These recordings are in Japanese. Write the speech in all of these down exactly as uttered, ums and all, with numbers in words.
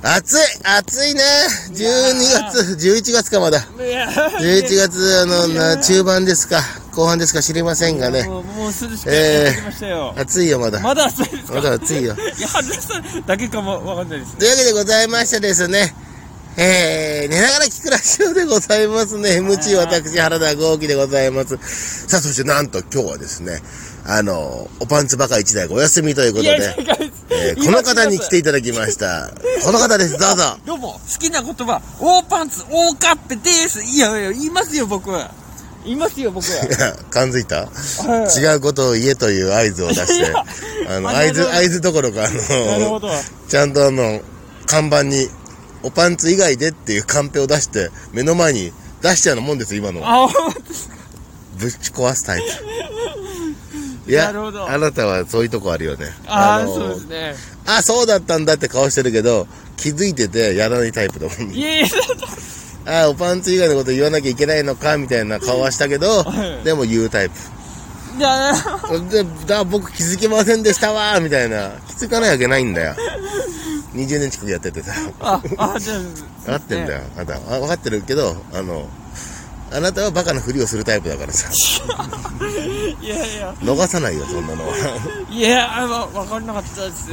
暑い暑いね。じゅうにがつ、じゅういちがつかまだ。じゅういちがつ、あの、な中盤ですか、後半ですか知りませんがね。 もう、もう涼しくなってきましたよ。 えー、暑いよ、まだ。 まだ暑いですか。 まだ暑いよ。 いや、春さんだけかもわかんないですね。 というわけでございましてですね。えー、寝ながら聞くラジオでございますね。エムシー 私、原田豪輝でございます。さあ、そしてなんと今日はですね、あの、おパンツバカ一台がお休みということで、えー、この方に来ていただきました。この方です、どうぞ。 どうも、好きな言葉、大パンツ、大カッペです。いやいや、言いますよ、僕は。言いますよ、僕は。 いや、感づいた、はい、違うことを言えという合図を出して、あの、合図、合図どころか、あの、 なるほど、 ちゃんとあの、看板に、おパンツ以外でっていうカンペを出して、目の前に出しちゃうのもんです、今の。 あ、 ぶち壊すタイプ。いや、あなたはそういうとこあるよね。 ああ、そうですね。 あ、そうだったんだって顔してるけど、気づいててやらないタイプだもんね。 いやいや、 あ、おパンツ以外のこと言わなきゃいけないのかみたいな顔はしたけど、でも言うタイプ。 いやで、だ僕気づきませんでしたわーみたいな。気づかないわけないんだよ。にじゅうねん近くやっててさ。 あ、あ、じゃあ。 分かってんだよ。あなた。分かってるけど、あの、あなたはバカなふりをするタイプだからさ。 いやいや。 逃さないよ、そんなのは。 いや、わ、分かんなかったです。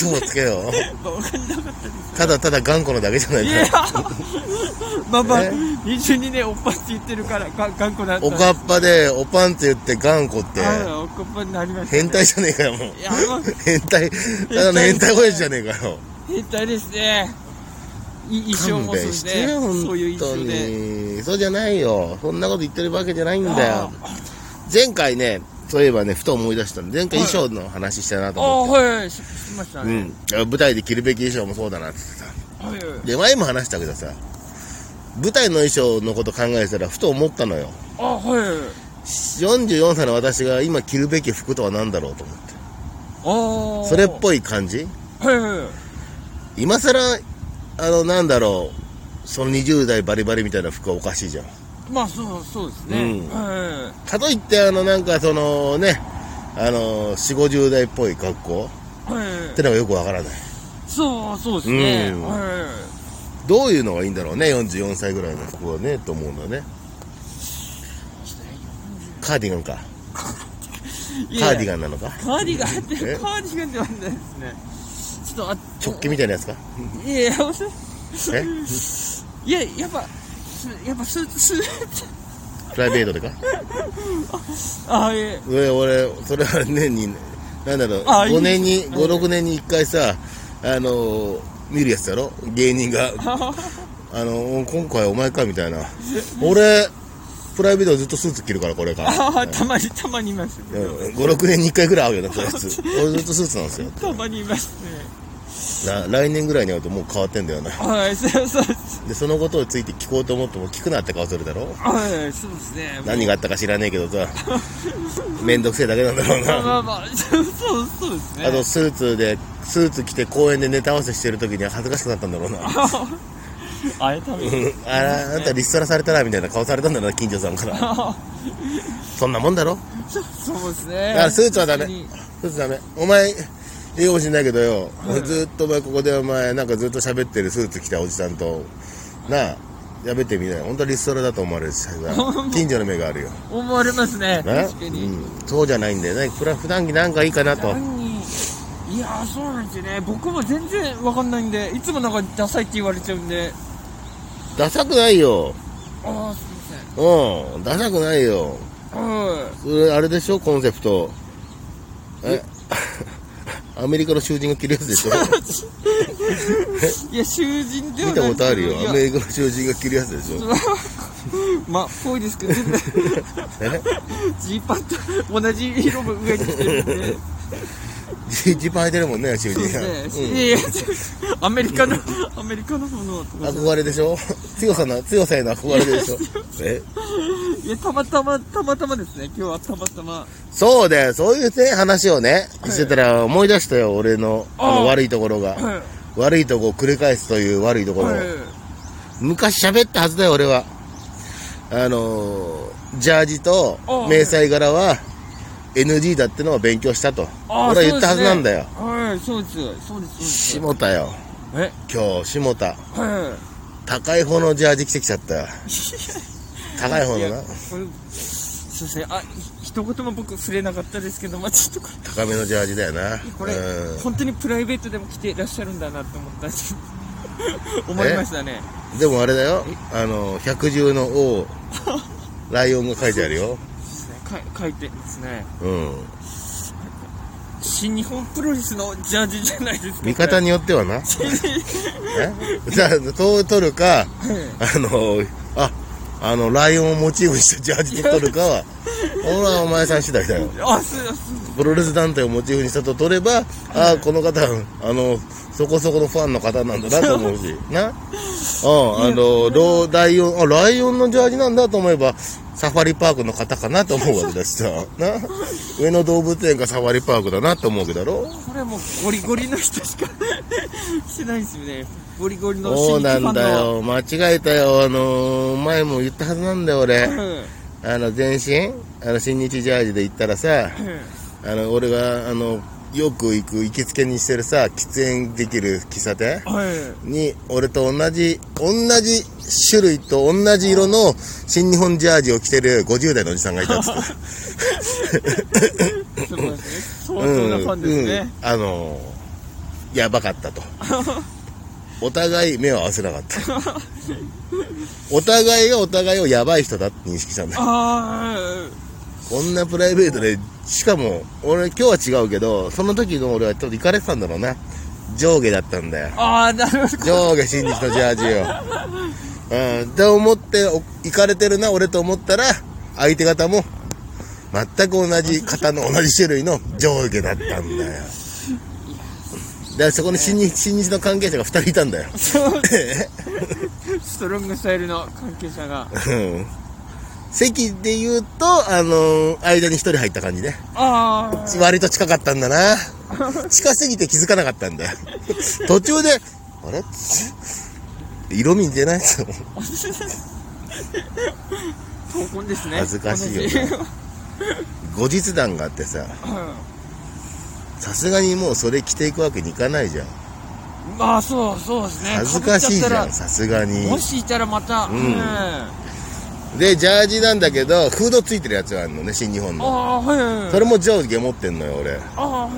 嘘をつけよ。 分かんなかったです。 ただただ頑固なだけじゃないか。 いやまあまあ、にじゅうにねんおっぱって言ってるから、が頑固なんだ。 おかっぱで、おパンって言って頑固って。 おかっぱになりました、 変態じゃねえかよ、もう。 いや、まあ、 変態、ただの変態親父じゃねえかよ。 変態ですね。いい衣装もそうですね。そういう衣装で。 そうじゃないよ。そんなこと言ってるわけじゃないんだよ。前回ね、そういえばね、ふと思い出したの。前回衣装の話したなと思って。 ああ、はい、しましたね。 うん。舞台で着るべき衣装もそうだなってさ。 はい。 で、前も話したけどさ、舞台の衣装のこと考えてたら、ふと思ったのよ。 あ、はい。 よんじゅうよんさいの私が今着るべき服とは何だろうと思って。ああ。それっぽい感じ？ はいはい。 今更、あの、なんだろう、そのにじゅう代バリバリみたいな服はおかしいじゃん。 まあ、そう、そうですね。うん。はい。かといって、あの、なんか、そのね、あの、よんじゅう、ごじゅう代っぽい格好、はい。ってのがよくわからない。 そう、そうですね。うん。はい。 どういうのがいいんだろうね、よんじゅうよんさいぐらいの服はね、と思うんだね。カーディガンか。カーディガンなのか。 カーディガンって、カーディガンではないですね。ちょっとあ直径みたいなやつか。 いやいや、 えいや、やっぱ、やっぱスーツ、スーツ。 プライベートでか。 ああ、いえ。 俺、それは年に、なんだろう、ごねんに、ご、ろくねんにいっかいさ、あの、見るやつだろ芸人が。あの、今回お前かみたいな。俺、プライベートはずっとスーツ着るから、これから。 ああ、たまに、たまにいます。 ご、ろくねんにいっかいぐらい会うよな、そういうやつ。俺ずっとスーツなんですよ。 たまにいますね。 来年ぐらいに会うともう変わってんだよな。 はい、そうそうで、そのことについて聞こうと思っても聞くなって顔するだろ。 はい、そうですね。 何があったか知らねえけどさ、めんどくせえだけなんだろうな。 まあまあ、そうそうですね。 あと、スーツで、スーツ着て公園でネタ合わせしてる時には恥ずかしくなったんだろうな。 あれ多分。 あら、あんたリストラされたなみたいな顔されたんだろうな、近所さんから。そんなもんだろ。 そうですね。 だからスーツはダメ。スーツダメ。お前、いいかもしんないけどよ、はい、ずっとお前ここでお前なんかずっと喋ってるスーツ着たおじさんとなあ喋ってみない。本当はリストラだと思われるしさ、近所の目があるよ。 思われますね。確かに、 うん、そうじゃないんだよね。普段着なんかいいかなと。 いやー、そうなんですよね。僕も全然わかんないんで、いつもなんかダサいって言われちゃうんで。 ダサくないよ。 ああ、すいません。 うん、ダサくないよ。 はい。 それあれでしょ、コンセプト。えアメリカの囚人が着るやつでしょ。 いや、囚人ではない。 見たことあるよ。アメリカの囚人が着るやつでしょ。 まあ、ぽいですけど、全然。ジーパンと同じ色も上に着てるんで。 ジーパン履いてるもんね、囚人が。 いやいや、アメリカの、アメリカのもの。 憧れでしょ。強さの、強さへの憧れでしょ。えいや、たまたま、たまたまですね。今日はたまたま。 そうだよ、そういうね、話をね、してたら思い出したよ、俺の、あの悪いところが。悪いとこを繰り返すという悪いところを。昔喋ったはずだよ、俺は。あの、ジャージと迷彩柄は エヌジー だってのを勉強したと。俺は言ったはずなんだよ。 はい、そうです。そうです。 しもたよ。 え今日、下田。 は高い方のジャージ着てきちゃったよ。高い方のな。 いやこれそうですね、あ一言も僕触れなかったですけど、まあ、ちょっとこれ高めのジャージだよな。 これ、 うん、 本当にプライベートでも着ていらっしゃるんだなって思ったんです思いましたね。 でもあれだよ、あの百獣の王ライオンが書いてあるよ。 か書いてますね。 うん。 新日本プロレスのジャージじゃないですか。 見方によってはな。えじゃあと取るか、あのああのライオンをモチーフにしたジャージと取るかは俺はお前さん次第だよ。 あすすプロレス団体をモチーフにしたと取れば、あこの方あのそこそこのファンの方なんだなと思うしな。ああのローライオンあライオンのジャージなんだと思えばサファリパークの方かなと思うわけだしさな。上野動物園かサファリパークだなと思うけどだろ。 これもうゴリゴリの人しかしてないですよね。ゴリゴリのそうな新日ファンの。 んだよ、間違えたよ。あのー、前も言ったはずなんだよ俺。 うんあの全身あの新日ジャージで行ったらさ、あの俺があのよく行く行きつけにしてるさ喫煙できる喫茶店はいに俺と同じ同じ種類と同じ色の新日本ジャージを着てるごじゅう代のおじさんがいたっつってそうですね。相当なファンですね。 うんうん、あのー、やばかったとお互い目を合わせなかったお互いがお互いをやばい人だって認識したんだよ。 あこんなプライベートで、しかも俺今日は違うけどその時の俺はちょっと行かれてたんだろうな。上下だったんだよ。 ああなるほど。 上下新日のジャージをうんって思って行かれてるな俺と思ったら相手方も全く同じ型の同じ種類の上下だったんだよ。だからそこに新日、新日の関係者がふたりいたんだよ。 ストロングスタイルの関係者が。 席で言うと、あのー、間にひとり入った感じね。 ああ。 割と近かったんだな。近すぎて気づかなかったんだよ。途中で、あれ色味出ないっすよ。 闘魂ですね。 恥ずかしいよね。後日談があってさ、さすがにもうそれ着ていくわけにいかないじゃん。 まあそうそうですね。 恥ずかしいじゃん、さすがに。 もしいたらまた、 うん、でジャージなんだけどフードついてるやつがあるのね、新日本の。 ああはい。 それも上下持ってんのよ俺。 ああはい。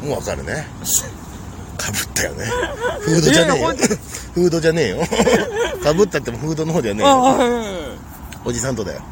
うんもうわかるね。かぶったよね。フードじゃねえよ。フードじゃねえよ。かぶったってもフードの方じゃねえよ。 ああはい。おじさんとだよ。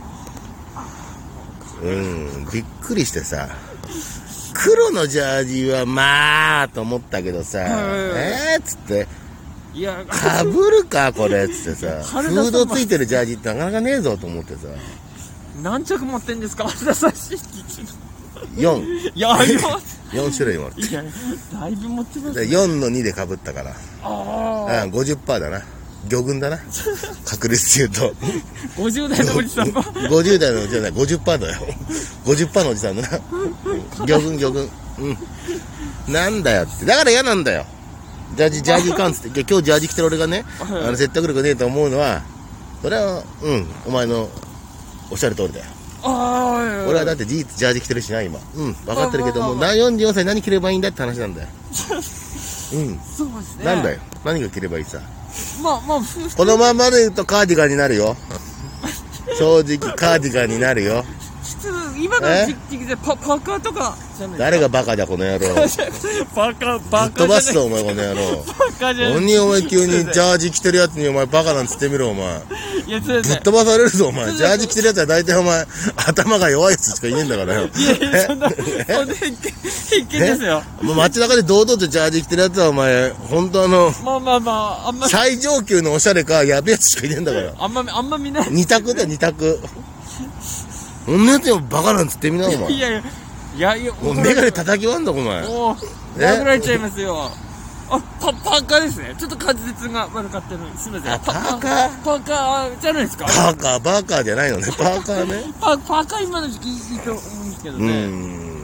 うんびっくりしてさ、黒のジャージはまあと思ったけどさ、えーっつっていやかぶるかこれっつってさ、フードついてるジャージってなかなかねえぞと思ってさ。 何着持ってんですか原田さん。 よん。 いやよん種類持ってる。 いやだいぶ持ってますね。 よんのにでかぶったから、 ああごじゅっパーセント だな。魚群だな。確率で言うとごじゅう代のおじさんがごじゅう代のおじさんじゃない ごじゅっパーセント だよ。ごじゅっパーセント のおじさんだな。魚群魚群うんなんだよって。だから嫌なんだよジャージジャージいかんっつって。今日ジャージ着てる俺がね、あの説得力ねえと思うのは、それはうんお前のおっしゃる通りだよ。 あ俺はだって事実ジャージ着てるしな今。うん分かってるけども、よんじゅうよんさい何着ればいいんだって話なんだよ。うんそうですね。 なんだよ何が着ればいいさ。 まあまあこのままで言うとカーディガンになるよ。正直カーディガンになるよ。 普通今の時期でパパーカーとかじゃない。 誰がバカだこの野郎。 バカバカ飛ばすぞお前この野郎。 バカじゃない。 何お前急にジャージ着てるやつにお前バカなんつってみろお前。 いやぶっ飛ばされるぞお前。ジャージ着てるやつは大体お前頭が弱いやつしかいねえんだからよ。 いやいやそんなそんな偏見偏見ですよ。 もう街中で堂々とジャージ着てるやつはお前本当あのまあまあまああんま最上級のおしゃれかやべえやつしかいねえんだから。 あんまあんま見ない。 二択だよ二択。そんなやつよバカなんつってみなお前。 いやいやいやいやもうメガネ叩き割んだお前。 おお殴られちゃいますよ。あパパーカーですね。ちょっと滑舌が悪かったのにすみません。 パーカーパーカーじゃないですか。 パーカーバーカーじゃないのね。パーカーね。 パパーカー今の時期いいと思うんですけどね。 うん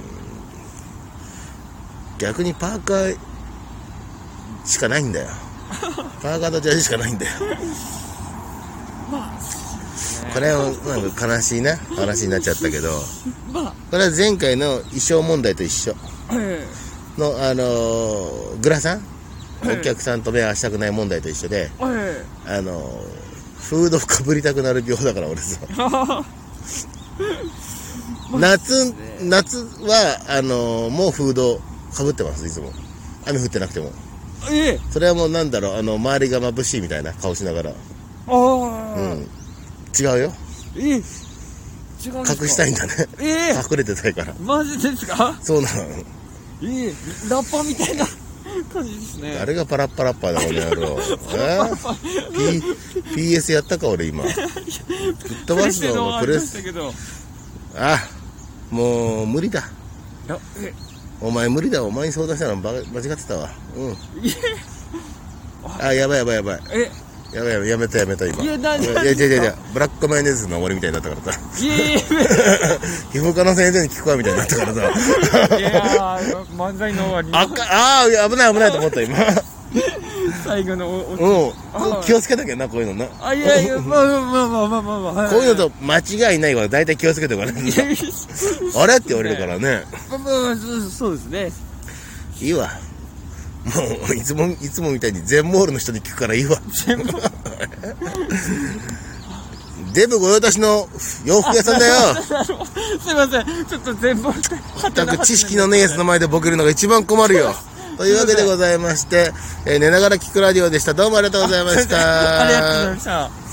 逆にパーカーしかないんだよ。パーカーとジャージしかないんだよ。 まあこれはなんか悲しいな話になっちゃったけど、 まあこれは前回の衣装問題と一緒。 の、あのー、グラサン、お客さんと目合わせたくない問題と一緒で、 はい。 あのー、フードかぶりたくなる病だから俺さ。夏、夏は、あのー、もうフードかぶってます、いつも。雨降ってなくても。 ええ。 それはもうなんだろう、あの、周りが眩しいみたいな顔しながら。 ああ。 うん。違うよ。 ええ。違うんですか。 隠したいんだね。 ええ。 隠れてたいから。 マジですか。 そうなの。 ええ。ラッパーみたいな感じですね。 あれがパラッパラッパーだ、この野郎。え P、ピーエス やったか、俺今。ぶっ飛ばすぞ、プレス。あ、もう無理だ。お前無理だ、お前に相談したの間違ってたわ。うん。あ、やばいやばいやばい。 えやばいやばい、やめたやめた今。 いや、なんでいやいやいやいや、ブラックマヨネーズの終わりみたいになったからさ。 いやいや皮膚科の先生に聞くわみたいになったからさ。 いやー、漫才の終わり。 あか、あー、危ない危ないと思った今。 最後のお、 うん。気をつけなきゃな、こういうのな。 あ、いやいや、まあまあまあまあまあまあ。 こういうのと間違いないわ。だいたい気をつけておかないと。あれって言われるからね。 まあまあ、そうですね。 いいわ。もう、いつも、いつもみたいに全モールの人に聞くからいいわ。 全部。 デブ御用達の洋服屋さんだよ。 すいません。ちょっと全部。 全く知識のねえやつの前でボケるのが一番困るよ。というわけでございまして、えー、寝ながら聞くラジオでした。どうもありがとうございました。 ありがとうございました。